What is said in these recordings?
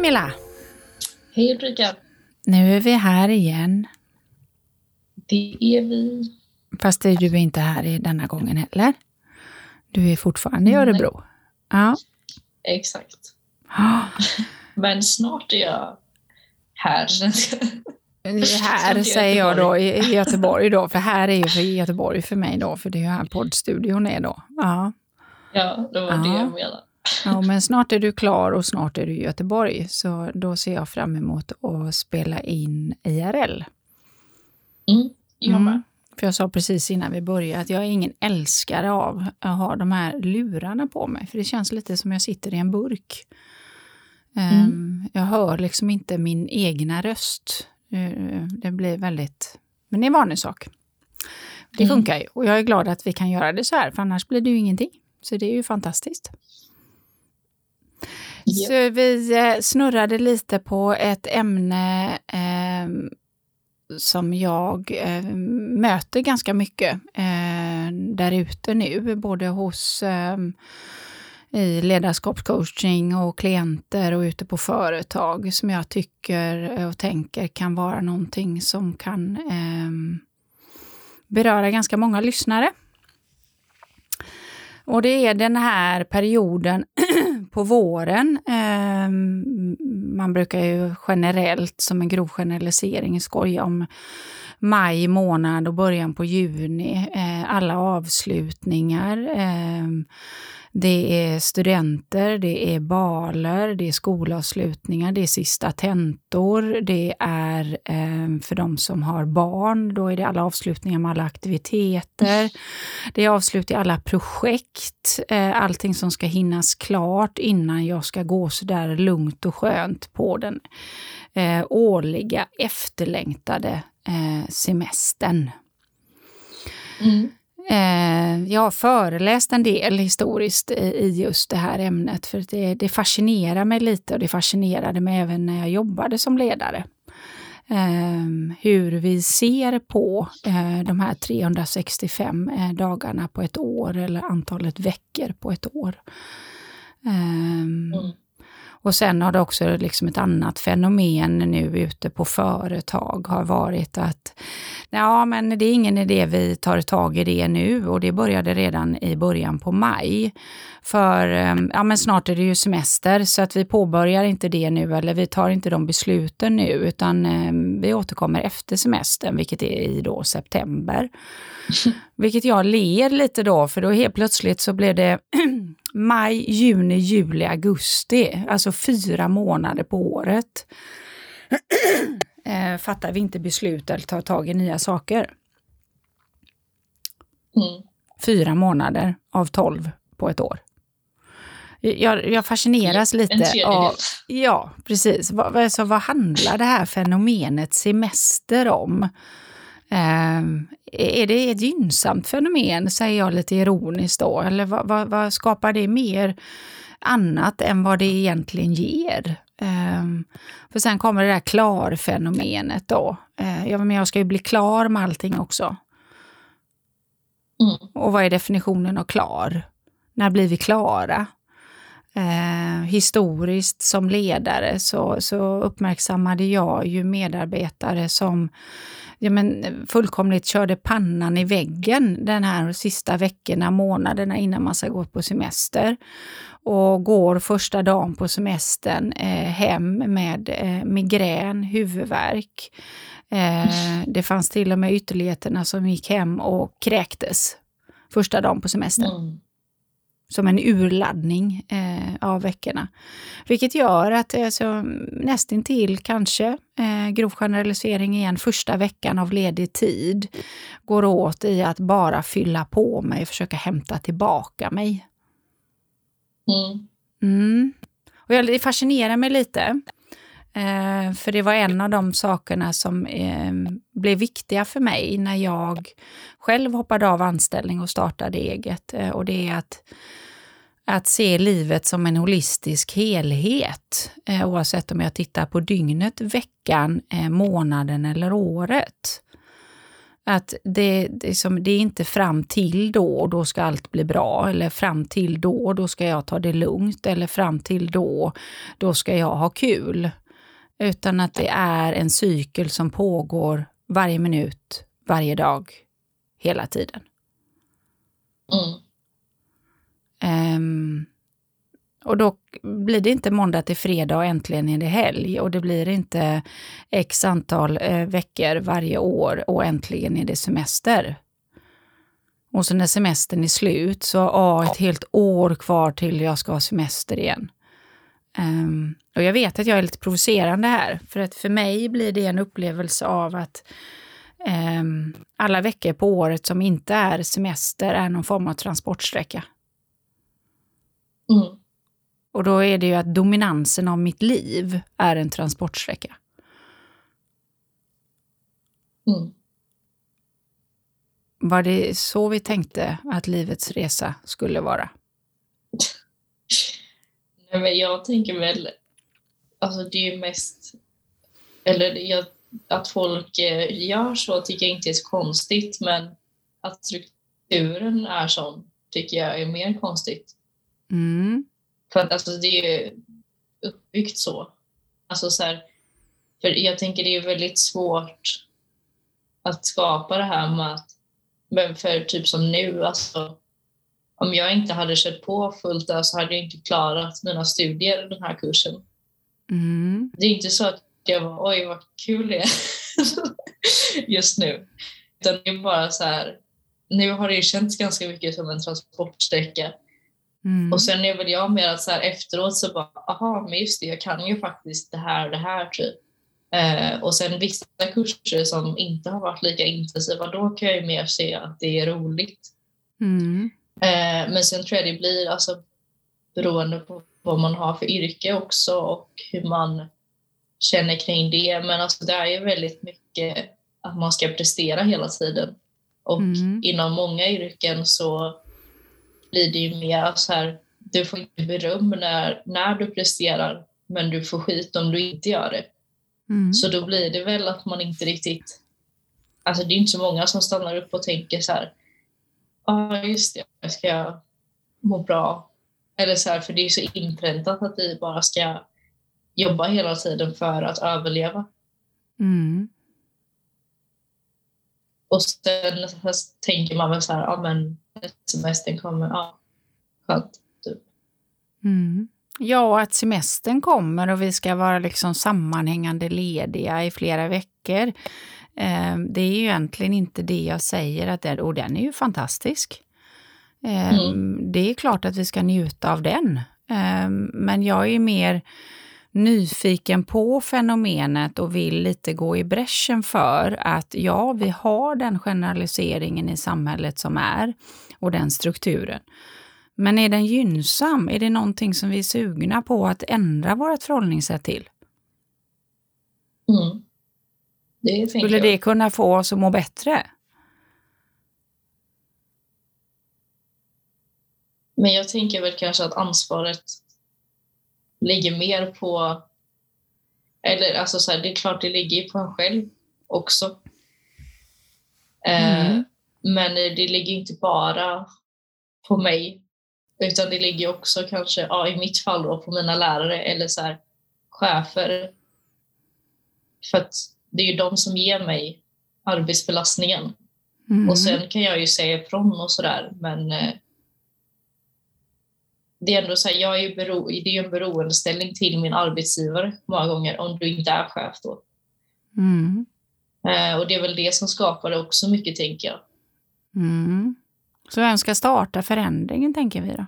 Camilla! Hej Ulrika! Nu är vi här igen. Det är vi. Fast du är inte här i denna gången heller. Du är fortfarande i Örebro. Ja. Exakt. Men snart är jag här. Här säger jag då i Göteborg då. För här är ju för Göteborg för mig då. För det är ju här poddstudion är då. Ja, det var det jag menade. Ja, men snart är du klar och snart är du i Göteborg. Så då ser jag fram emot att spela in IRL. Jag med. För jag sa precis innan vi började att jag är ingen älskare av att ha de här lurarna på mig. För det känns lite som jag sitter i en burk. Jag hör liksom inte min egna röst. Det blir väldigt... Men det är en vanlig sak. Det funkar ju. Och jag är glad att vi kan göra det så här. För annars blir det ju ingenting. Så det är ju fantastiskt. Så vi snurrade lite på ett ämne som jag möter ganska mycket där ute nu. Både hos i ledarskapscoaching och klienter och ute på företag. Som jag tycker och tänker kan vara någonting som kan beröra ganska många lyssnare. Och det är den här perioden på våren. Man brukar ju generellt som en grov generalisering skoja om maj månad och början på juni. Alla avslutningar. Det är studenter, det är baler, det är skolavslutningar, det är sista tentor, det är för de som har barn, då är det alla avslutningar med alla aktiviteter, det är avslut i alla projekt, allting som ska hinnas klart innan jag ska gå så där lugnt och skönt på den årliga efterlängtade semestern. Jag har föreläst en del historiskt i just det här ämnet för det fascinerar mig lite och det fascinerade mig även när jag jobbade som ledare. Hur vi ser på de här 365 dagarna på ett år eller antalet veckor på ett år. Och sen har det också liksom ett annat fenomen nu ute på företag har varit att ja, men det är ingen idé vi tar tag i det nu och det började redan i början på maj. För ja, men snart är det ju semester så att vi påbörjar inte det nu eller vi tar inte de besluten nu utan vi återkommer efter semestern vilket är i då september. Vilket jag ler lite då för då helt plötsligt så blev det maj, juni, juli, augusti. Alltså 4 månader på året. Fattar vi inte beslut eller tar tag i nya saker. 4 månader av 12 på ett år. Jag fascineras lite av... Ja, precis. Vad handlar det här fenomenet semester om? Är det ett gynnsamt fenomen, säger jag lite ironiskt då? Eller vad skapar det mer annat än vad det egentligen ger? För sen kommer det där klarfenomenet då. Jag ska ju bli klar med allting också. Och vad är definitionen av klar? När blir vi klara? Historiskt som ledare så uppmärksammade jag ju medarbetare som fullkomligt körde pannan i väggen den här sista veckorna, månaderna innan man ska gå på semester. Och går första dagen på semestern hem med migrän, huvudvärk. Det fanns till och med ytterligheterna som gick hem och kräktes första dagen på semestern. Som en urladdning av veckorna. Vilket gör att nästintill kanske grov generalisering igen första veckan av ledig tid går åt i att bara fylla på mig och försöka hämta tillbaka mig. Och det fascinerar mig lite. För det var en av de sakerna som blev viktiga för mig när jag själv hoppade av anställning och startade eget. Och det är att se livet som en holistisk helhet. Oavsett om jag tittar på dygnet, veckan, månaden eller året. Att det är inte fram till då och då ska allt bli bra, eller fram till då ska jag ta det lugnt, eller fram till då ska jag ha kul. Utan att det är en cykel som pågår varje minut, varje dag, hela tiden. Och då blir det inte måndag till fredag och äntligen är det helg. Och det blir inte x antal veckor varje år och äntligen är det semester. Och så när semestern är slut så ett helt år kvar till jag ska ha semester igen. Och jag vet att jag är lite provocerande här. För att för mig blir det en upplevelse av att alla veckor på året som inte är semester är någon form av transportsträcka. Och då är det ju att dominansen av mitt liv är en transportsträcka. Var det så vi tänkte att livets resa skulle vara? Nej, men jag tänker väl, alltså det är ju mest, eller att folk gör så tycker jag inte är så konstigt, men att strukturen är sån tycker jag är mer konstigt. För att alltså, det är ju uppbyggt så. Alltså så här, för jag tänker det är väldigt svårt att skapa det här med att, men för typ som nu, alltså om jag inte hade kört på fullt där så hade jag inte klarat mina studier i den här kursen. Det är inte så att jag var, oj vad kul det är just nu. Utan det är bara så här, nu har det ju känts ganska mycket som en transportsträcka. Och sen är väl jag mer att så här efteråt så bara, aha, men just det, jag kan ju faktiskt det här typ. Och sen vissa kurser som inte har varit lika intensiva, då kan jag ju mer se att det är roligt. Men sen tror jag det blir alltså beroende på vad man har för yrke också och hur man känner kring det. Men alltså det är ju väldigt mycket att man ska prestera hela tiden. Och inom många yrken så blir det ju mer så här, du får inte beröm när du presterar, men du får skit om du inte gör det. Så då blir det väl att man inte riktigt, alltså det är inte så många som stannar upp och tänker så här, just det, jag ska må bra. Eller så här, för det är så inpräntat att vi bara ska jobba hela tiden för att överleva. Och sen tänker man väl så här, men semestern kommer, skönt typ. Ja, att semestern kommer och vi ska vara liksom sammanhängande lediga i flera veckor. Det är ju egentligen inte det jag säger att och den är ju fantastisk. Det är klart att vi ska njuta av den. Men jag är mer nyfiken på fenomenet och vill lite gå i bräschen för att ja, vi har den generaliseringen i samhället som är och den strukturen. Men är den gynnsam? Är det någonting som vi är sugna på att ändra vårt förhållningssätt till? Skulle det kunna få oss att må bättre? Men jag tänker väl kanske att ansvaret ligger mer på, eller alltså så här, det är klart det ligger på en själv också. Men det ligger inte bara på mig, utan det ligger också kanske, i mitt fall då, på mina lärare eller så här, chefer. För att det är ju de som ger mig arbetsbelastningen. Och sen kan jag ju säga ifrån och sådär, men det är ändå så här, det är ju en beroendeställning till min arbetsgivare många gånger om du inte är chef då. Och det är väl det som skapar det också mycket, tänker jag. Så vem ska starta förändringen, tänker vi då?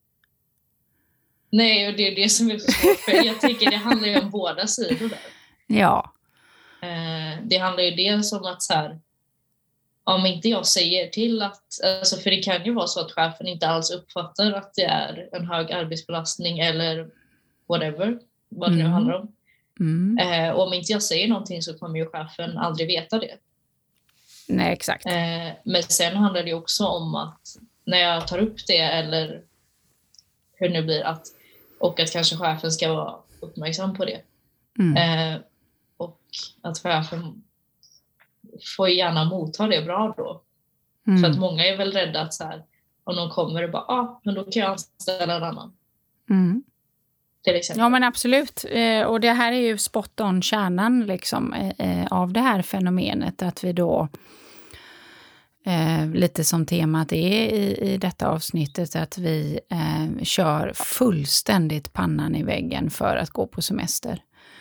Nej, och det är det som är så svårt, för jag tänker det handlar ju om båda sidor där. Ja. Det handlar ju dels om att så här, om inte jag säger till att, alltså för det kan ju vara så att chefen inte alls uppfattar att det är en hög arbetsbelastning eller whatever, vad det nu handlar om. Och om inte jag säger någonting så kommer ju chefen aldrig veta det. Nej, exakt. Men sen handlar det också om att när jag tar upp det, eller hur det nu blir, och att kanske chefen ska vara uppmärksam på det. Och att chefen får gärna motta det bra då. För att många är väl rädda att så här, om de kommer och bara, men då kan jag anställa en annan. Ja, men absolut. Och det här är ju spot on kärnan liksom, av det här fenomenet, att vi då lite som temat är i detta avsnittet, att vi kör fullständigt pannan i väggen för att gå på semester.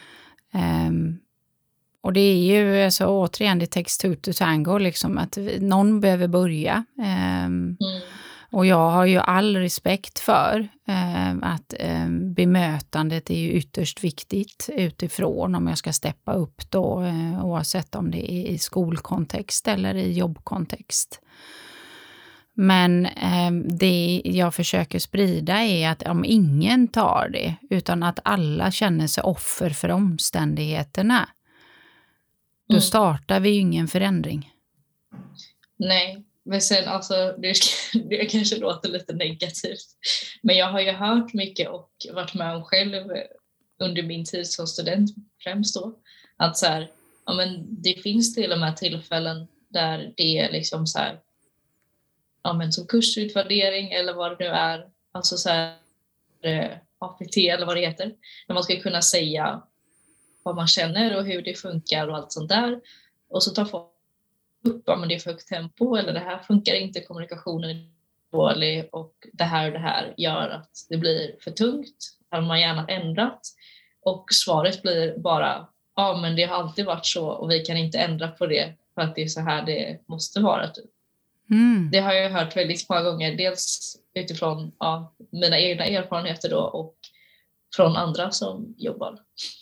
Och det är ju alltså, återigen, det takes two to tango, liksom, att någon behöver börja. Och jag har ju all respekt för att bemötandet är ju ytterst viktigt utifrån, om jag ska steppa upp då, oavsett om det är i skolkontext eller i jobbkontext. Men det jag försöker sprida är att om ingen tar det, utan att alla känner sig offer för omständigheterna, då startar vi ju ingen förändring. Nej. Men sen alltså, det kanske låter lite negativt, men jag har ju hört mycket och varit med om själv under min tid som student främst då, att så här, ja, men det finns till och med tillfällen där det är liksom så här, ja, men som kursutvärdering eller vad det nu är, alltså så här, APT eller vad det heter, när man ska kunna säga vad man känner och hur det funkar och allt sånt där, och så tar folk upp, men det är för högt tempo, eller det här funkar inte, kommunikationen är dålig och det här gör att det blir för tungt, det har man gärna ändrat, och svaret blir bara, men det har alltid varit så och vi kan inte ändra på det för att det är så här det måste vara typ. Det har jag hört väldigt många gånger, dels utifrån mina egna erfarenheter då, och från andra som jobbar.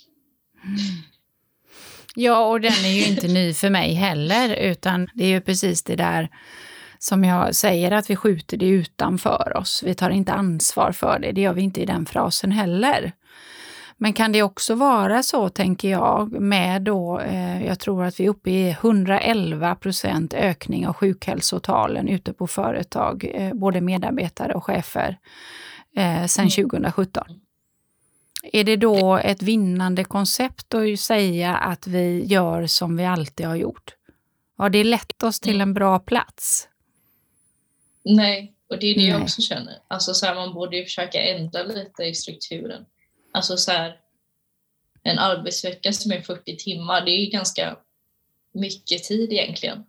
Ja, och den är ju inte ny för mig heller, utan det är ju precis det där som jag säger, att vi skjuter det utanför oss. Vi tar inte ansvar för det, det gör vi inte i den frasen heller. Men kan det också vara så, tänker jag, med då, jag tror att vi är uppe i 111% ökning av sjukhälsotalen ute på företag, både medarbetare och chefer, sedan 2017. Är det då ett vinnande koncept att säga att vi gör som vi alltid har gjort? Har det lett oss till en bra plats? Nej, och det är det jag också känner. Alltså så här, man borde ju försöka ändra lite i strukturen. Alltså så här, en arbetsvecka som är 40 timmar, det är ju ganska mycket tid egentligen.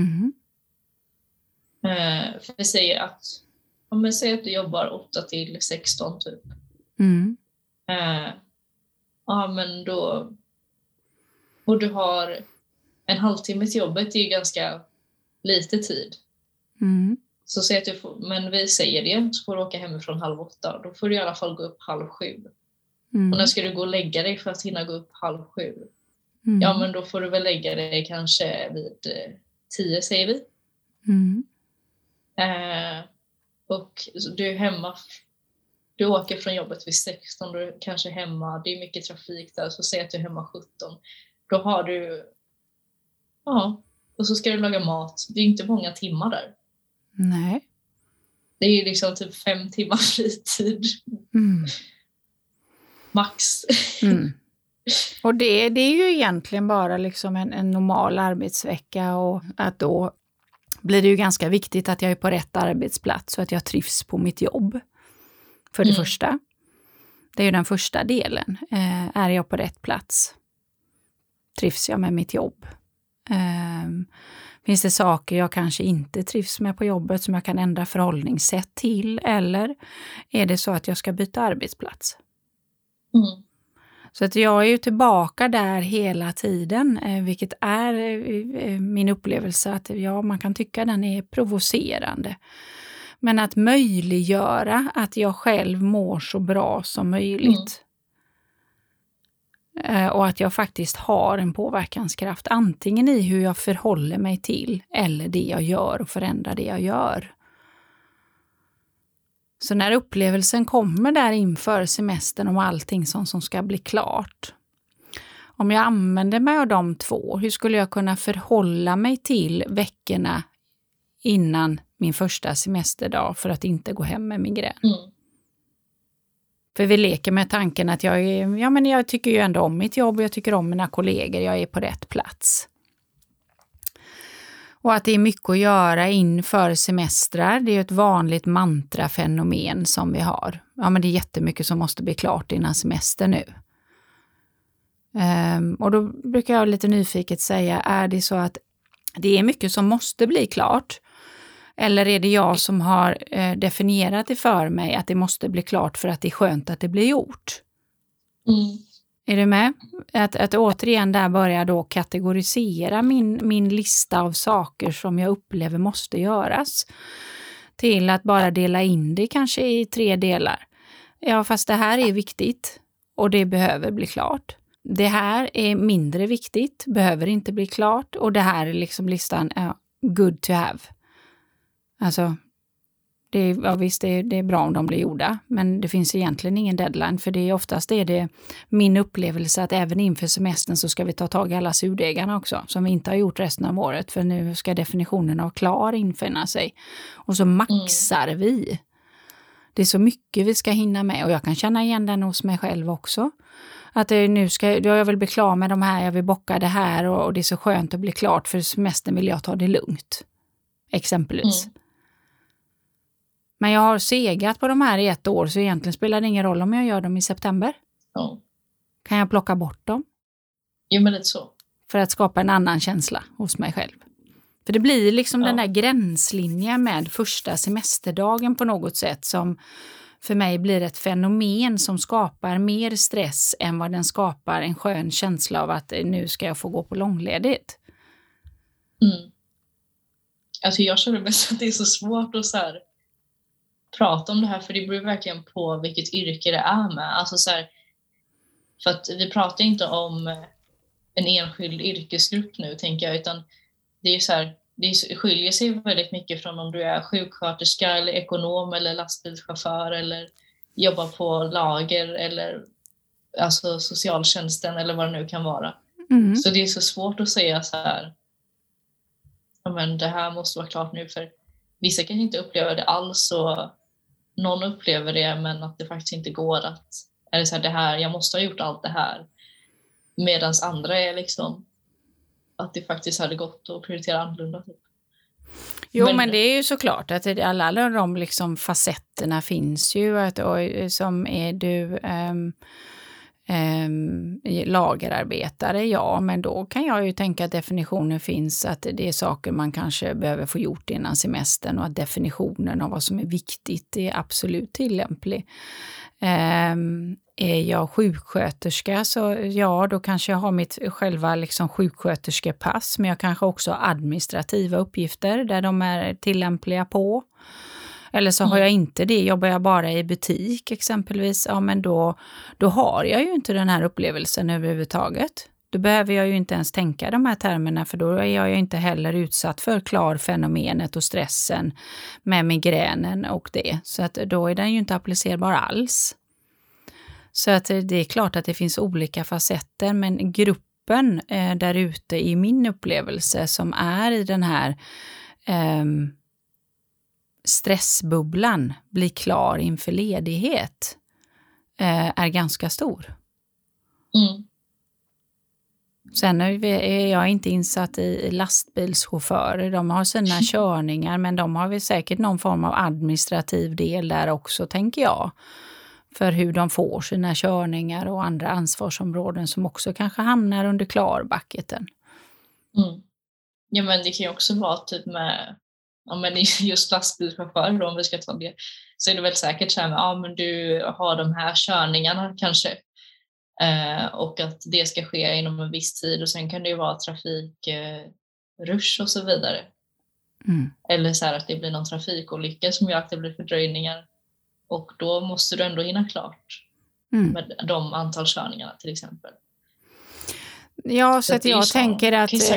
För jag säger att, om man säger att du jobbar 8 till 16 typ. Men då, och du har en halvtimme till jobbet, det är ju ganska lite tid. Så säg att du får, men vi säger det, så får du åka hemifrån 7:30, då får du i alla fall gå upp 6:30. Och när ska du gå och lägga dig för att hinna gå upp 6:30? Ja, men då får du väl lägga dig kanske vid 10, säger vi. Och du är hemma. Du åker från jobbet vid 16, du är kanske hemma, det är mycket trafik där, så säg att du är hemma 17. Då har du, och så ska du laga mat. Det är inte många timmar där. Nej. Det är liksom typ 5 timmar fritid. Max. Och det är ju egentligen bara liksom en normal arbetsvecka, och att då blir det ju ganska viktigt att jag är på rätt arbetsplats och att jag trivs på mitt jobb. För det första. Det är ju den första delen. Är jag på rätt plats? Trivs jag med mitt jobb? Finns det saker jag kanske inte trivs med på jobbet som jag kan ändra förhållningssätt till? Eller är det så att jag ska byta arbetsplats? Så att jag är ju tillbaka där hela tiden, vilket är min upplevelse att man kan tycka den är provocerande. Men att möjliggöra att jag själv mår så bra som möjligt. Och att jag faktiskt har en påverkanskraft, antingen i hur jag förhåller mig till eller det jag gör och förändrar det jag gör. Så när upplevelsen kommer där inför semestern om allting som ska bli klart. Om jag använder mig av de två, hur skulle jag kunna förhålla mig till veckorna innan min första semesterdag för att inte gå hem med migrän? För vi leker med tanken att jag tycker ju ändå om mitt jobb och jag tycker om mina kollegor, jag är på rätt plats. Och att det är mycket att göra inför semestrar, det är ju ett vanligt mantrafenomen som vi har. Ja, men det är jättemycket som måste bli klart innan semester nu. Och då brukar jag lite nyfiket säga, är det så att det är mycket som måste bli klart? Eller är det jag som har definierat det för mig att det måste bli klart för att det är skönt att det blir gjort? Mm. Är du med? Att återigen där börja då kategorisera min lista av saker som jag upplever måste göras. Till att bara dela in det kanske i 3 delar. Ja, fast det här är viktigt och det behöver bli klart. Det här är mindre viktigt, behöver inte bli klart. Och det här är liksom listan good to have. Alltså, visst det är bra om de blir gjorda. Men det finns egentligen ingen deadline. För det är oftast det min upplevelse att även inför semestern så ska vi ta tag i alla surdegarna också. Som vi inte har gjort resten av året. För nu ska definitionen av klar infinna sig. Och så maxar vi. Det är så mycket vi ska hinna med. Och jag kan känna igen den hos mig själv också. Att jag vill bli klar med de här, jag vill bocka det här och det är så skönt att bli klart för semestern vill jag ta det lugnt. Exempelvis. Men jag har segat på de här i 1 år så egentligen spelar det ingen roll om jag gör dem i september. Ja. Kan jag plocka bort dem? Jo, men lite så. För att skapa en annan känsla hos mig själv. För det blir liksom den där gränslinjen med första semesterdagen på något sätt som för mig blir ett fenomen som skapar mer stress än vad den skapar en skön känsla av att nu ska jag få gå på långledigt. Alltså jag känner mest att det är så svårt att så här prata om det här för det beror verkligen på vilket yrke det är med. Alltså så här, för att vi pratar inte om en enskild yrkesgrupp nu tänker jag utan det är så här, det skiljer sig väldigt mycket från om du är sjuksköterska eller ekonom eller lastbilschaufför eller jobbar på lager eller alltså socialtjänsten eller vad det nu kan vara. Så det är så svårt att säga så här, men det här måste vara klart nu för vissa kan inte uppleva det alls och någon upplever det men att det faktiskt inte går att, eller så här, det här, jag måste ha gjort allt det här medan andra är liksom att det faktiskt hade gått att prioritera annorlunda. Jo, men det är ju såklart att alla de liksom facetterna finns ju. Som är du lagerarbetare, ja, men då kan jag ju tänka att definitionen finns att det är saker man kanske behöver få gjort innan semestern och att definitionen av vad som är viktigt är absolut tillämplig. Är jag sjuksköterska så ja, då kanske jag har mitt själva liksom sjuksköterskepass men jag kanske också har administrativa uppgifter där de är tillämpliga på. Eller så har jag inte det, jobbar jag bara i butik exempelvis, ja men då har jag ju inte den här upplevelsen överhuvudtaget. Då behöver jag ju inte ens tänka de här termerna för då är jag ju inte heller utsatt för klarfenomenet och stressen med migränen och det. Så att då är den ju inte applicerbar alls. Så att det är klart att det finns olika facetter men gruppen där ute i min upplevelse som är i den här stressbubblan blir klar inför ledighet är ganska stor. Sen är jag inte insatt i lastbilschaufförer. De har sina körningar men de har väl säkert någon form av administrativ del där också tänker jag. För hur de får sina körningar och andra ansvarsområden som också kanske hamnar under klarbucketen. Ja men det kan ju också vara typ med men just lastbilschaufförer om vi ska ta det så är det väl säkert så här med, men du har de här körningarna kanske och att det ska ske inom en viss tid och sen kan det ju vara trafikrush och så vidare. Eller så här att det blir någon trafikolycka som gör att det blir fördröjningar och då måste du ändå hinna klart med de antal körningarna till exempel. Ja, så att jag tänker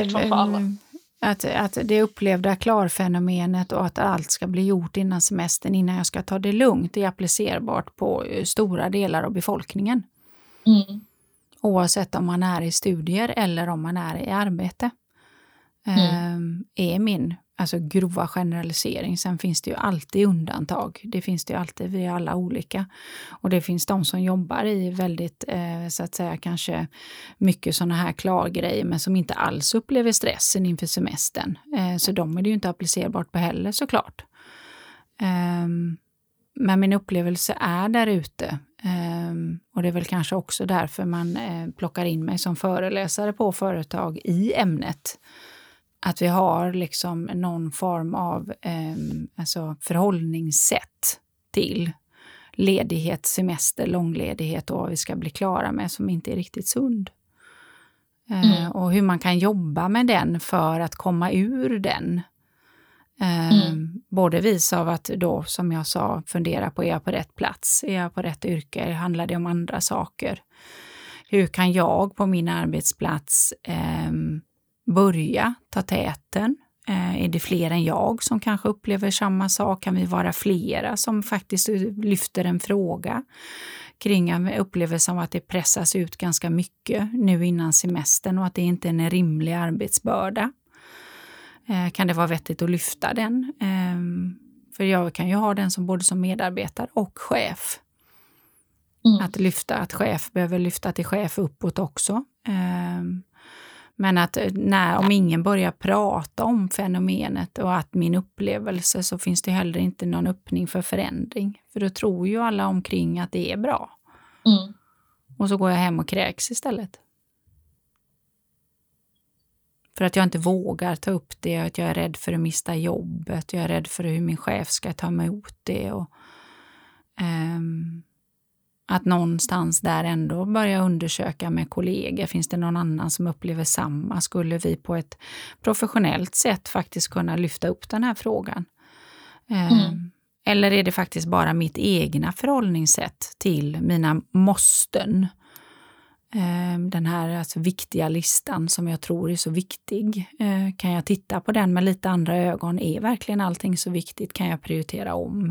att det upplevda klarfenomenet och att allt ska bli gjort innan semestern innan jag ska ta det lugnt är applicerbart på stora delar av befolkningen. Oavsett om man är i studier eller om man är i arbete. Är min alltså grova generalisering. Sen finns det ju alltid undantag. Det finns det ju alltid, vi är alla olika. Och det finns de som jobbar i väldigt, så att säga, kanske mycket sådana här klargrejer, men som inte alls upplever stressen inför semestern. Så de är det ju inte applicerbart på heller, såklart. Men min upplevelse är där ute. Och det är väl kanske också därför man plockar in mig som föreläsare på företag i ämnet. Att vi har liksom någon form av alltså förhållningssätt till ledighet, semester, långledighet och vad vi ska bli klara med som inte är riktigt sund. Och hur man kan jobba med den för att komma ur den. Både vis av att då, som jag sa, fundera på, är jag på rätt plats? Är jag på rätt yrke? Handlar det om andra saker? Hur kan jag på min arbetsplats börja ta täten? Är det fler än jag som kanske upplever samma sak? Kan vi vara flera som faktiskt lyfter en fråga kring upplevelsen av att det pressas ut ganska mycket nu innan semestern och att det inte är en rimlig arbetsbörda? Kan det vara vettigt att lyfta den? För jag kan ju ha den som både som medarbetare och chef. Att lyfta, att chef behöver lyfta till chef uppåt också. Men att om ingen börjar prata om fenomenet och att min upplevelse, så finns det heller inte någon öppning för förändring. För då tror ju alla omkring att det är bra. Och så går jag hem och kräks istället. För att jag inte vågar ta upp det, att jag är rädd för att mista jobbet, jag är rädd för hur min chef ska ta emot det. Och, att någonstans där ändå börja undersöka med kollegor, finns det någon annan som upplever samma? Skulle vi på ett professionellt sätt faktiskt kunna lyfta upp den här frågan? Eller är det faktiskt bara mitt egna förhållningssätt till mina måsten? Den här alltså viktiga listan som jag tror är så viktig. Kan jag titta på den med lite andra ögon? Är verkligen allting så viktigt? Kan jag prioritera om?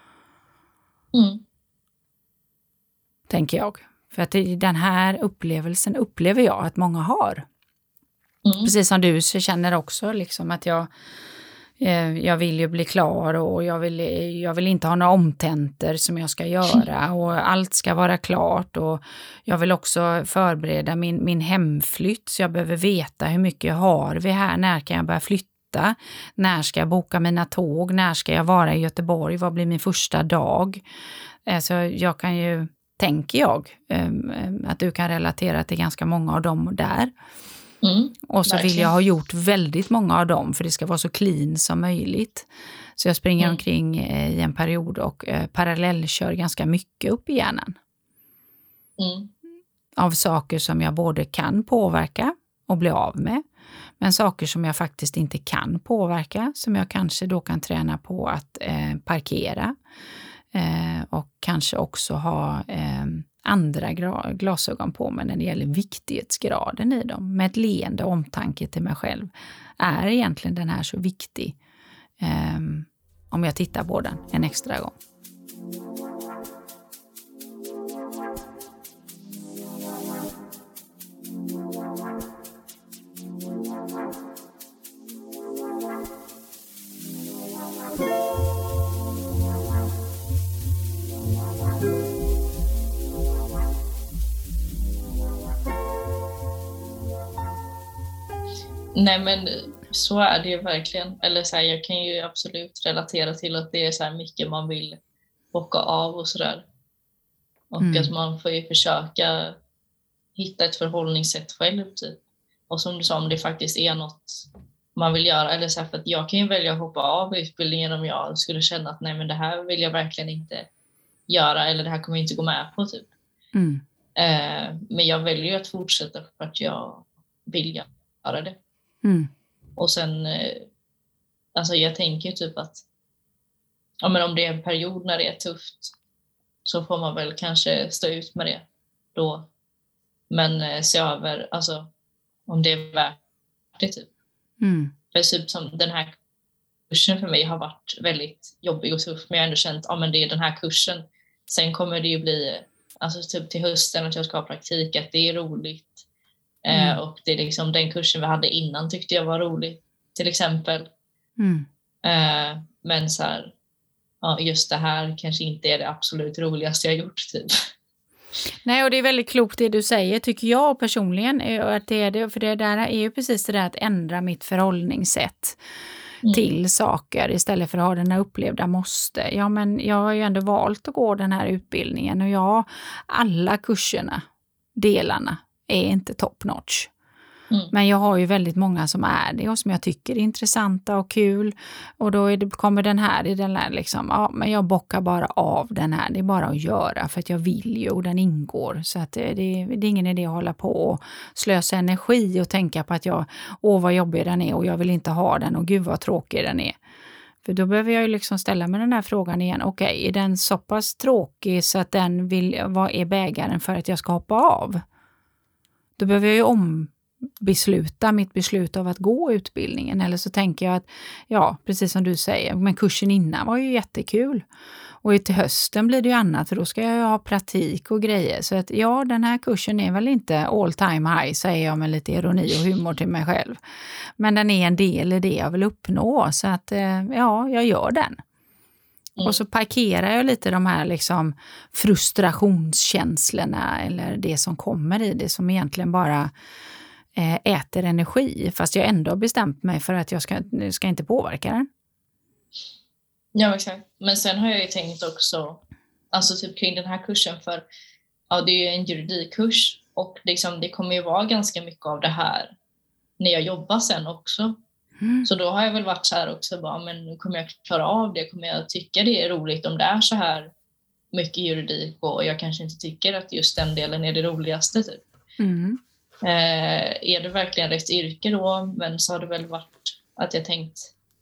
Tänker jag. För att den här upplevelsen upplever jag att många har. Precis som du så känner också liksom att jag vill ju bli klar och jag vill inte ha några omtenter som jag ska göra och allt ska vara klart och jag vill också förbereda min hemflytt, så jag behöver veta hur mycket har vi här, när kan jag börja flytta, när ska jag boka mina tåg, när ska jag vara i Göteborg, vad blir min första dag? Så jag kan ju, tänker jag, att du kan relatera till ganska många av dem där. Och så vill jag ha gjort väldigt många av dem för det ska vara så clean som möjligt. Så jag springer omkring i en period och parallellkör ganska mycket upp i hjärnan. Av saker som jag både kan påverka och bli av med. Men saker som jag faktiskt inte kan påverka, som jag kanske då kan träna på att parkera. Och kanske också ha andra glasögon på mig när det gäller viktighetsgraden i dem. Med ett leende omtanke till mig själv. Är egentligen den här så viktig om jag tittar på den en extra gång? Nej, men så är det ju verkligen. Eller så här, jag kan ju absolut relatera till att det är så här mycket man vill bocka av och sådär. Och att man får ju försöka hitta ett förhållningssätt själv typ. Och som du sa, om det faktiskt är något man vill göra. Eller så här, för att jag kan ju välja att hoppa av utbildningen om jag skulle känna att nej, men det här vill jag verkligen inte göra. Eller det här kommer jag inte gå med på typ. Men jag väljer ju att fortsätta för att jag vill göra det. Och sen, alltså jag tänker ju typ att ja, men om det är en period när det är tufft så får man väl kanske stå ut med det då. Men se över, alltså om det är värt det typ. För typ som den här kursen för mig har varit väldigt jobbig och tuff, men jag har ändå känt, ja men det är den här kursen. Sen kommer det ju bli, alltså typ till hösten att jag ska ha praktik, att det är roligt. Och det är liksom den kursen vi hade innan tyckte jag var rolig till exempel. Men så här, ja, just det här kanske inte är det absolut roligaste jag gjort typ. Nej, och det är väldigt klokt det du säger, tycker jag personligen. Att det är det, för det där är ju precis det där att ändra mitt förhållningssätt till saker istället för att ha den här upplevda måste. Ja, men jag har ju ändå valt att gå den här utbildningen och alla kurserna, delarna, är inte top notch. Men jag har ju väldigt många som är det och som jag tycker är intressanta och kul. Och då kommer den här i den här liksom, ja men jag bockar bara av den här. Det är bara att göra för att jag vill ju och den ingår. Så att det är ingen idé att hålla på och slösa energi och tänka på att vad jobbig den är och jag vill inte ha den och gud vad tråkig den är. För då behöver jag ju liksom ställa mig den här frågan igen. Okej, är den så pass tråkig så att vad är bägaren för att jag ska hoppa av? Då behöver jag ju besluta mitt beslut av att gå utbildningen. Eller så tänker jag att, ja, precis som du säger, men kursen innan var ju jättekul. Och till hösten blir det ju annat, för då ska jag ha praktik och grejer. Så att ja, den här kursen är väl inte all time high, säger jag med lite ironi och humor till mig själv. Men den är en del i det jag vill uppnå, så att ja, jag gör den. Och så parkerar jag lite de här liksom frustrationskänslorna eller det som kommer i det som egentligen bara äter energi, fast jag ändå har bestämt mig för att jag ska inte påverka den. Ja, exakt. Men sen har jag ju tänkt också, alltså typ kring den här kursen, för ja, det är ju en juridikkurs och liksom, det kommer ju vara ganska mycket av det här när jag jobbar sen också. Så då har jag väl varit så här också, men kommer jag klara av det? Kommer jag tycka det är roligt om det är så här mycket juridik och jag kanske inte tycker att just den delen är det roligaste typ. Är det verkligen rätt yrke då? Men så har det väl varit att jag tänkt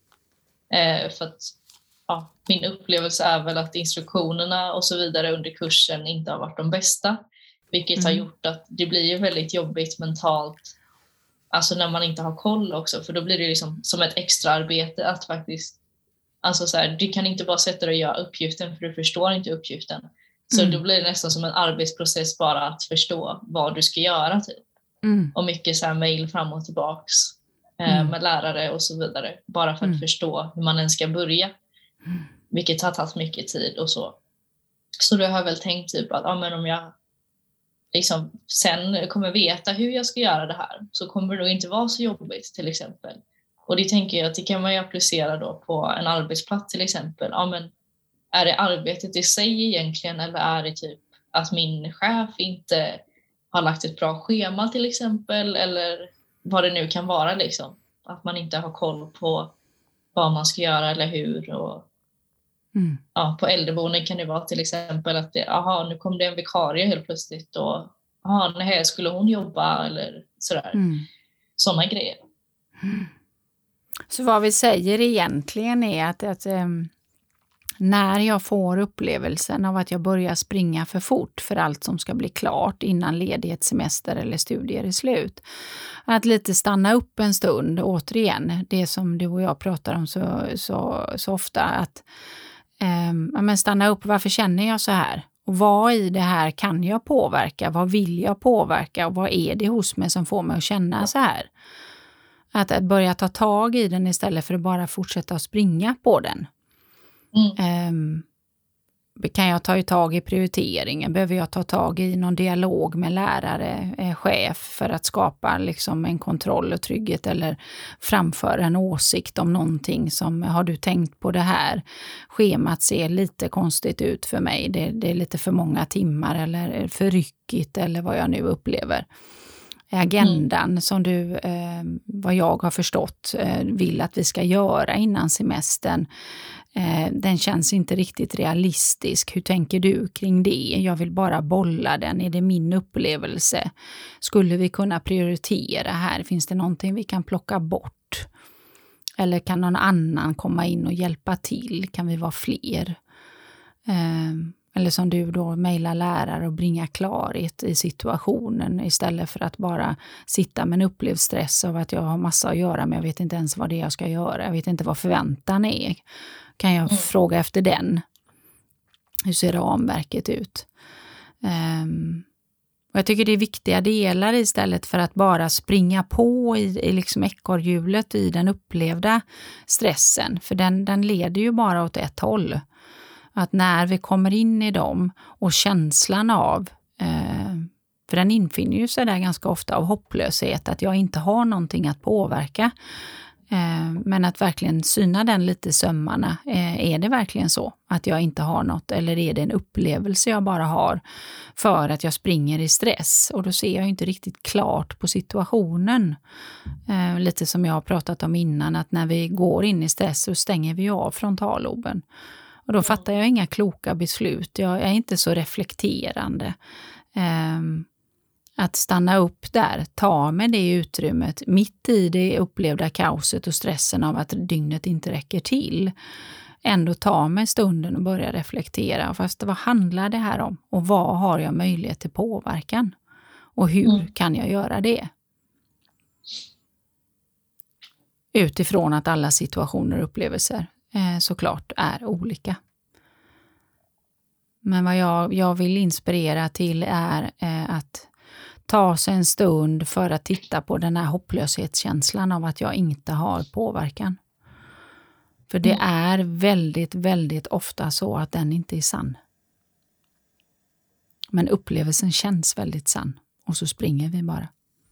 för att ja, min upplevelse är väl att instruktionerna och så vidare under kursen inte har varit de bästa, vilket har gjort att det blir ju väldigt jobbigt mentalt, alltså när man inte har koll också, för då blir det liksom som ett extra arbete att faktiskt, alltså så här, du kan inte bara sätta dig och göra uppgiften för du förstår inte uppgiften, så då blir det nästan som en arbetsprocess bara att förstå vad du ska göra typ. Och mycket så här mejl fram och tillbaks med lärare och så vidare, bara för att förstå hur man ens ska börja, vilket har tagit mycket tid och så då har jag väl tänkt typ att men om jag liksom sen kommer veta hur jag ska göra det här, så kommer det då inte vara så jobbigt till exempel. Och det tänker jag att det kan man ju applicera då på en arbetsplats till exempel. Men är det arbetet i sig egentligen, eller är det typ att min chef inte har lagt ett bra schema till exempel, eller vad det nu kan vara liksom. Att man inte har koll på vad man ska göra eller hur. Och ja, på äldreboenden kan det vara till exempel att nu kom det en vikarie helt plötsligt och nej, skulle hon jobba eller sådär. Sådana grejer. Så vad vi säger egentligen är att när jag får upplevelsen av att jag börjar springa för fort för allt som ska bli klart innan ledighet, semester eller studier är slut, att lite stanna upp en stund, återigen, det som du och jag pratar om så ofta, att men stanna upp, varför känner jag så här? Och vad i det här kan jag påverka? Vad vill jag påverka? Och vad är det hos mig som får mig att känna så här? Att börja ta tag i den istället för att bara fortsätta att springa på den. Kan jag ta tag i prioriteringen? Behöver jag ta tag i någon dialog med lärare, chef, för att skapa liksom en kontroll och trygghet, eller framföra en åsikt om någonting som, har du tänkt på det här? Schemat ser lite konstigt ut för mig. Det är lite för många timmar eller för ryckigt eller vad jag nu upplever. Agendan som du, vad jag har förstått, vill att vi ska göra innan semestern, den känns inte riktigt realistisk. Hur tänker du kring det? Jag vill bara bolla den. Är det min upplevelse? Skulle vi kunna prioritera här? Finns det någonting vi kan plocka bort? Eller kan någon annan komma in och hjälpa till? Kan vi vara fler? Eller som du då, mejla lärare och bringa klarhet i situationen istället för att bara sitta med en upplevd stress av att jag har massa att göra men jag vet inte ens vad det är jag ska göra. Jag vet inte vad förväntan är. Kan jag fråga efter den? Hur ser ramverket ut? Och jag tycker det är viktiga delar istället för att bara springa på i liksom ekorrhjulet i den upplevda stressen. För den leder ju bara åt ett håll. Att när vi kommer in i dem och känslan av, för den infinner ju sig där ganska ofta av hopplöshet, att jag inte har någonting att påverka. Men att verkligen syna den lite i sömmarna. Är det verkligen så att jag inte har något, eller är det en upplevelse jag bara har för att jag springer i stress? Och då ser jag inte riktigt klart på situationen. Lite som jag har pratat om innan, att när vi går in i stress så stänger vi av frontalloben. Och då fattar jag inga kloka beslut. Jag är inte så reflekterande. Att stanna upp där, ta med det utrymmet mitt i det upplevda kaoset och stressen av att dygnet inte räcker till. Ändå ta med stunden och börja reflektera. Fast vad handlar det här om? Och vad har jag möjlighet till påverkan? Och hur kan jag göra det? Utifrån att alla situationer och upplevelser såklart är olika. Men vad jag vill inspirera till är att ta sig en stund för att titta på den här hopplöshetskänslan av att jag inte har påverkan. För det är väldigt, väldigt ofta så att den inte är sann. Men upplevelsen känns väldigt sann. Och så springer vi bara.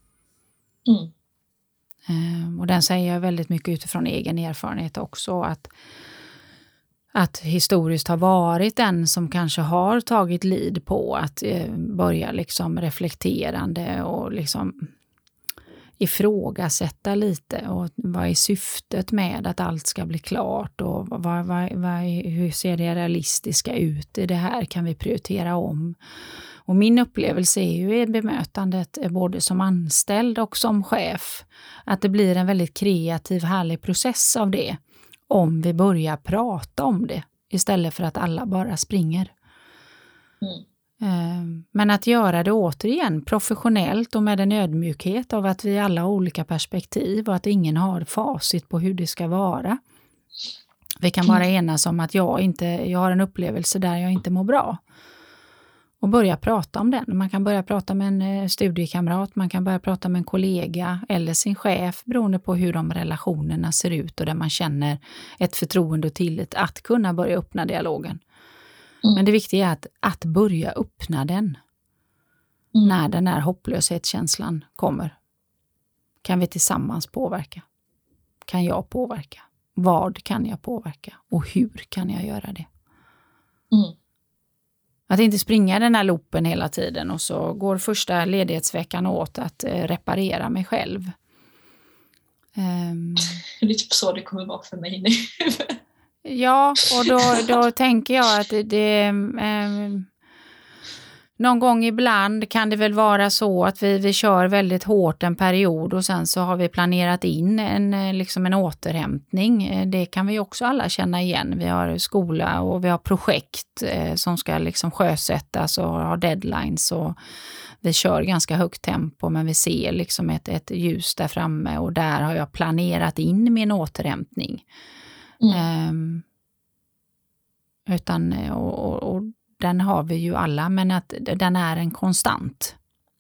Och den säger jag väldigt mycket utifrån egen erfarenhet också. Att historiskt har varit den som kanske har tagit lid på att börja liksom reflekterande och liksom ifrågasätta lite. Och vad är syftet med att allt ska bli klart? Och hur ser det realistiska ut i det här? Kan vi prioritera om? Och min upplevelse är ju i bemötandet både som anställd och som chef att det blir en väldigt kreativ, härlig process av det. Om vi börjar prata om det istället för att alla bara springer. Men att göra det återigen professionellt och med en ödmjukhet av att vi alla har olika perspektiv och att ingen har facit på hur det ska vara. Vi kan bara enas om att jag har en upplevelse där jag inte mår bra. Och börja prata om den. Man kan börja prata med en studiekamrat, man kan börja prata med en kollega eller sin chef beroende på hur de relationerna ser ut och där man känner ett förtroende och tillit att kunna börja öppna dialogen. Men det viktiga är att börja öppna den när den här hopplöshetskänslan kommer. Kan vi tillsammans påverka? Kan jag påverka? Vad kan jag påverka? Och hur kan jag göra det? Att inte springa den här loopen hela tiden och så går första ledighetsveckan åt att reparera mig själv. Det är typ så det kommer vara för mig nu. Ja, och då tänker jag att någon gång ibland kan det väl vara så att vi kör väldigt hårt en period och sen så har vi planerat in en återhämtning. Det kan vi också alla känna igen. Vi har skola och vi har projekt som ska liksom sjösättas och ha deadlines och vi kör ganska högt tempo men vi ser liksom ett ljus där framme och där har jag planerat in min återhämtning. Och den har vi ju alla, men att den är en konstant.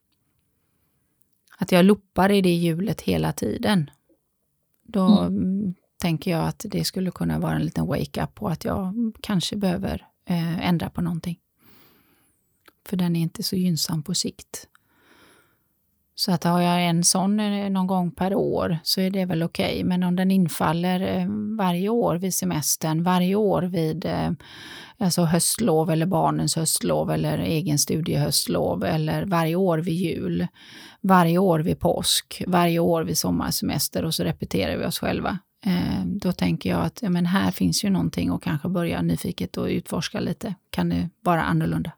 Att jag loopar i det hjulet hela tiden. Då tänker jag att det skulle kunna vara en liten wake-up på att jag kanske behöver ändra på någonting. För den är inte så gynnsam på sikt. Så att har jag en sån någon gång per år så är det väl okej. Men om den infaller varje år vid semestern, varje år vid alltså höstlov eller barnens höstlov eller egen studiehöstlov eller varje år vid jul, varje år vid påsk, varje år vid sommarsemester och så repeterar vi oss själva. Då tänker jag att men här finns ju någonting och kanske börja nyfiket och utforska lite. Kan det vara annorlunda?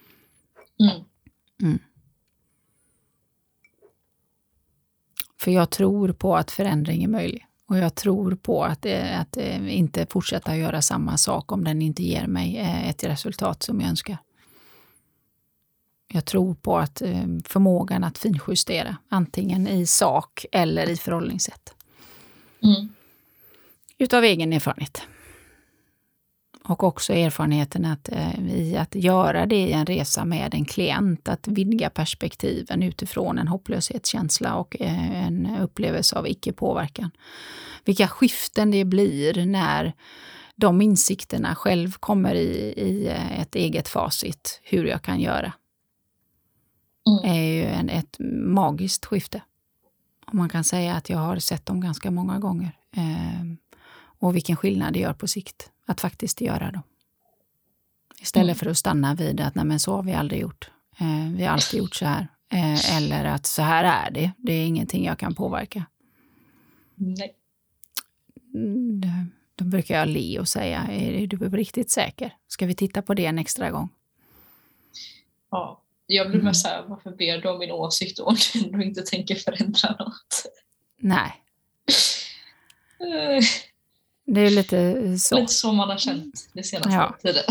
För jag tror på att förändring är möjlig. Och jag tror på att inte fortsätta göra samma sak om den inte ger mig ett resultat som jag önskar. Jag tror på att förmågan att finjustera, antingen i sak eller i förhållningssätt. Utav egen erfarenhet. Och också erfarenheten i att göra det i en resa med en klient, att vidga perspektiven utifrån en hopplöshetskänsla och en upplevelse av icke-påverkan. Vilka skiften det blir när de insikterna själv kommer i ett eget facit, hur jag kan göra. Är ju ett magiskt skifte. Och man kan säga att jag har sett dem ganska många gånger. Och vilken skillnad det gör på sikt att faktiskt göra dem. Istället för att stanna vid att nej, men så har vi aldrig gjort. Vi har alltid gjort så här. Eller att så här är det. Det är ingenting jag kan påverka. Nej. Då brukar jag le och säga, är du riktigt säker? Ska vi titta på det en extra gång? Ja, jag blir med så här, varför ber du om min åsikt och du inte tänker förändra något? Nej. Det är lite så. Lite så man har känt det senaste tiden.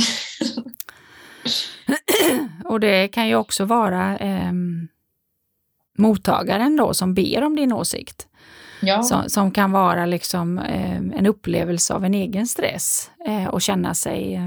Och det kan ju också vara mottagaren då som ber om din åsikt. Ja. Som kan vara liksom en upplevelse av en egen stress och känna sig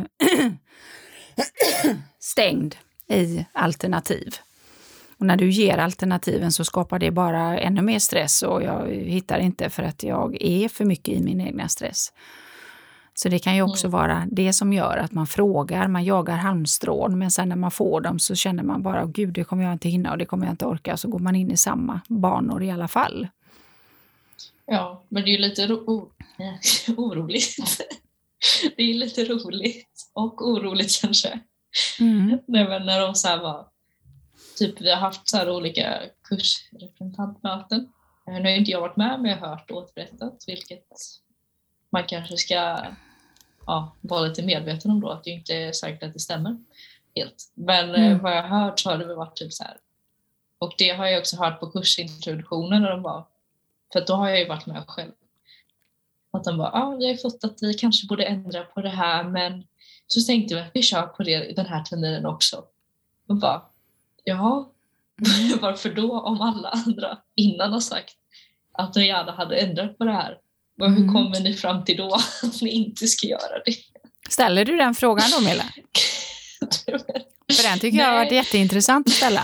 stängd i alternativ. Och när du ger alternativen så skapar det bara ännu mer stress och jag hittar inte för att jag är för mycket i min egna stress. Så det kan ju också vara det som gör att man frågar, man jagar halmstrån, men sen när man får dem så känner man bara, gud det kommer jag inte hinna och det kommer jag inte orka, så går man in i samma banor i alla fall. Ja, men det är ju lite oroligt. Det är lite roligt och oroligt kanske. När de så här var, typ vi har haft så här olika kursrepresentantmöten. Nu har inte jag varit med, men jag har hört återberättat, vilket man kanske ska vara lite medveten om då, att det inte är säkert att det stämmer helt. Men vad jag har hört så har det väl varit typ så här. Och det har jag också hört på kursintroduktionen när de var, för då har jag ju varit med själv. Att de bara, vi har fått att vi kanske borde ändra på det här, men så tänkte vi att vi kör på det den här terminen också. Och bara, varför då om alla andra innan har sagt att de gärna hade ändrat på det här? Och hur kommer ni fram till då att ni inte ska göra det? Ställer du den frågan då, Milla? För den tycker jag har varit jätteintressant att ställa.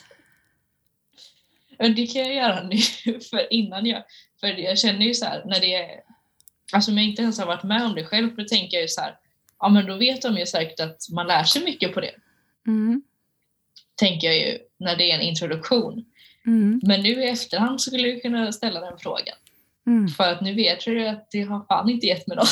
Men det kan jag göra nu, för jag känner ju så här, när det är, alltså om jag inte ens har varit med om det själv, då tänker jag ju så här, men då vet de ju säkert att man lär sig mycket på det. Tänker jag ju, när det är en introduktion. Men nu i efterhand så skulle jag kunna ställa den frågan. För att nu vet jag ju att det har fan inte gett mig något.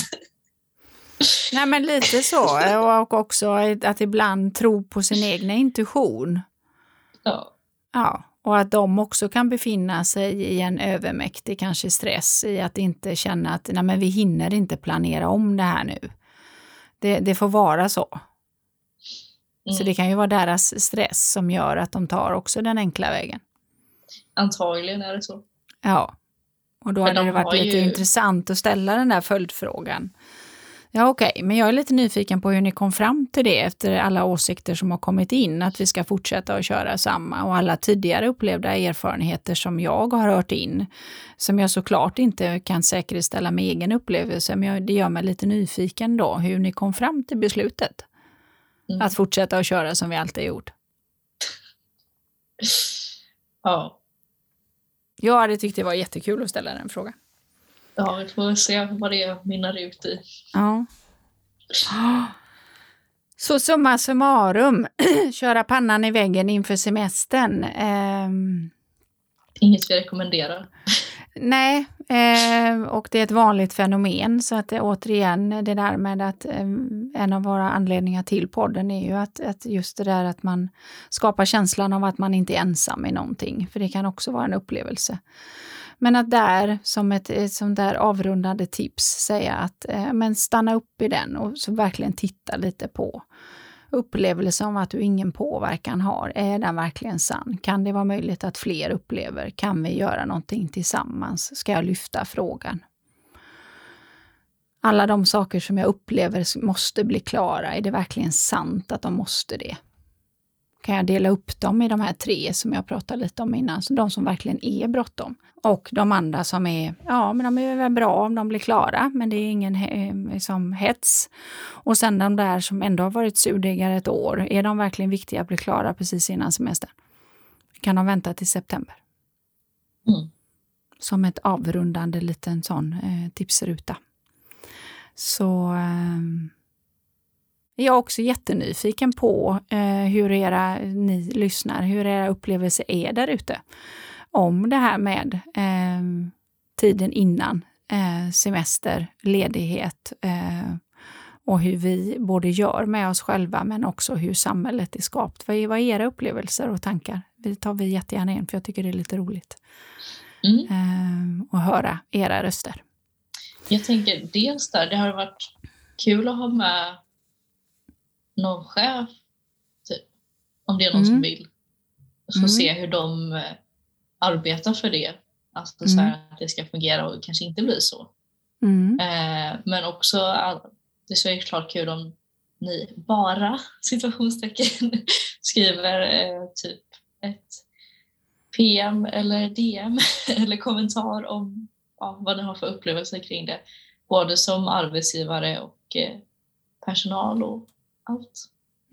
Nej, men lite så. Och också att ibland tro på sin egna intuition. Ja, och att de också kan befinna sig i en övermäktig kanske stress i att inte känna att nej, men vi hinner inte planera om det här nu. Det får vara så. Så det kan ju vara deras stress som gör att de tar också den enkla vägen. Antagligen är det så. Ja, och då hade det varit lite intressant att ställa den där följdfrågan. Ja, okej, men jag är lite nyfiken på hur ni kom fram till det efter alla åsikter som har kommit in, att vi ska fortsätta att köra samma, och alla tidigare upplevda erfarenheter som jag har hört in, som jag såklart inte kan säkerställa med egen upplevelse, men det gör mig lite nyfiken då, hur ni kom fram till beslutet att fortsätta att köra som vi alltid gjort. Ja. Jag hade tyckt det var jättekul att ställa den frågan. Ja, vi får se vad det minnar ut i. Ja. Så summa summarum, köra pannan i väggen inför semestern. Inget vi rekommenderar. Nej, och det är ett vanligt fenomen, så att återigen det där med att en av våra anledningar till podden är ju att just det där att man skapar känslan av att man inte är ensam i någonting, för det kan också vara en upplevelse. Men att där som ett sånt där avrundande tips säga att men stanna upp i den och så verkligen titta lite på upplevelsen av att du ingen påverkan har. Är den verkligen sann? Kan det vara möjligt att fler upplever? Kan vi göra någonting tillsammans? Ska jag lyfta frågan? Alla de saker som jag upplever måste bli klara. Är det verkligen sant att de måste det? kan jag dela upp dem i de här 3 som jag pratade lite om innan. Så de som verkligen är bråttom. Och de andra som är, ja men de är väl bra om de blir klara. Men det är ingen som hets. Och sen de där som ändå har varit surdegare ett år. Är de verkligen viktiga att bli klara precis innan semestern? Kan de vänta till september? Som ett avrundande liten sån tipsruta. Så jag är också jättenyfiken på hur ni lyssnar, hur era upplevelser är där ute. Om det här med tiden innan semester, ledighet och hur vi både gör med oss själva men också hur samhället är skapat. Vad är era upplevelser och tankar? Det tar vi jättegärna in för jag tycker det är lite roligt att höra era röster. Jag tänker dels där, det har varit kul att ha med någon chef, typ, om det är någon som vill. Så se hur de arbetar för det. Alltså så här att det ska fungera och kanske inte bli så. Men också, det är så klart kul om ni bara, situationstecken, skriver typ ett PM eller DM eller kommentar om vad ni har för upplevelser kring det. Både som arbetsgivare och personal och allt.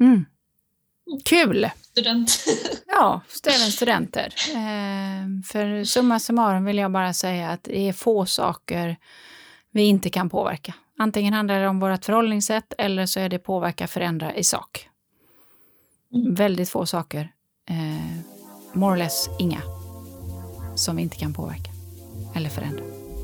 Kul! Student. Ja, även studenter. För summa summarum vill jag bara säga att det är få saker vi inte kan påverka. Antingen handlar det om vårt förhållningssätt eller så är det påverka, förändra i sak. Väldigt få saker, more or less inga, som vi inte kan påverka eller förändra.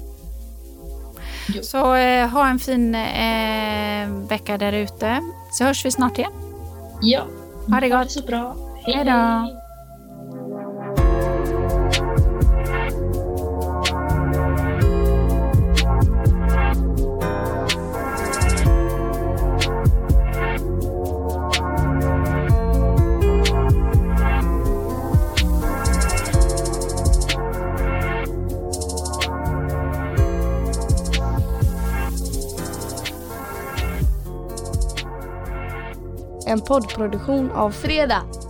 Så ha en fin vecka där ute. Så hörs vi snart igen. Ja, ha det gott. Ha det så bra. Hej då. En poddproduktion av Fredag.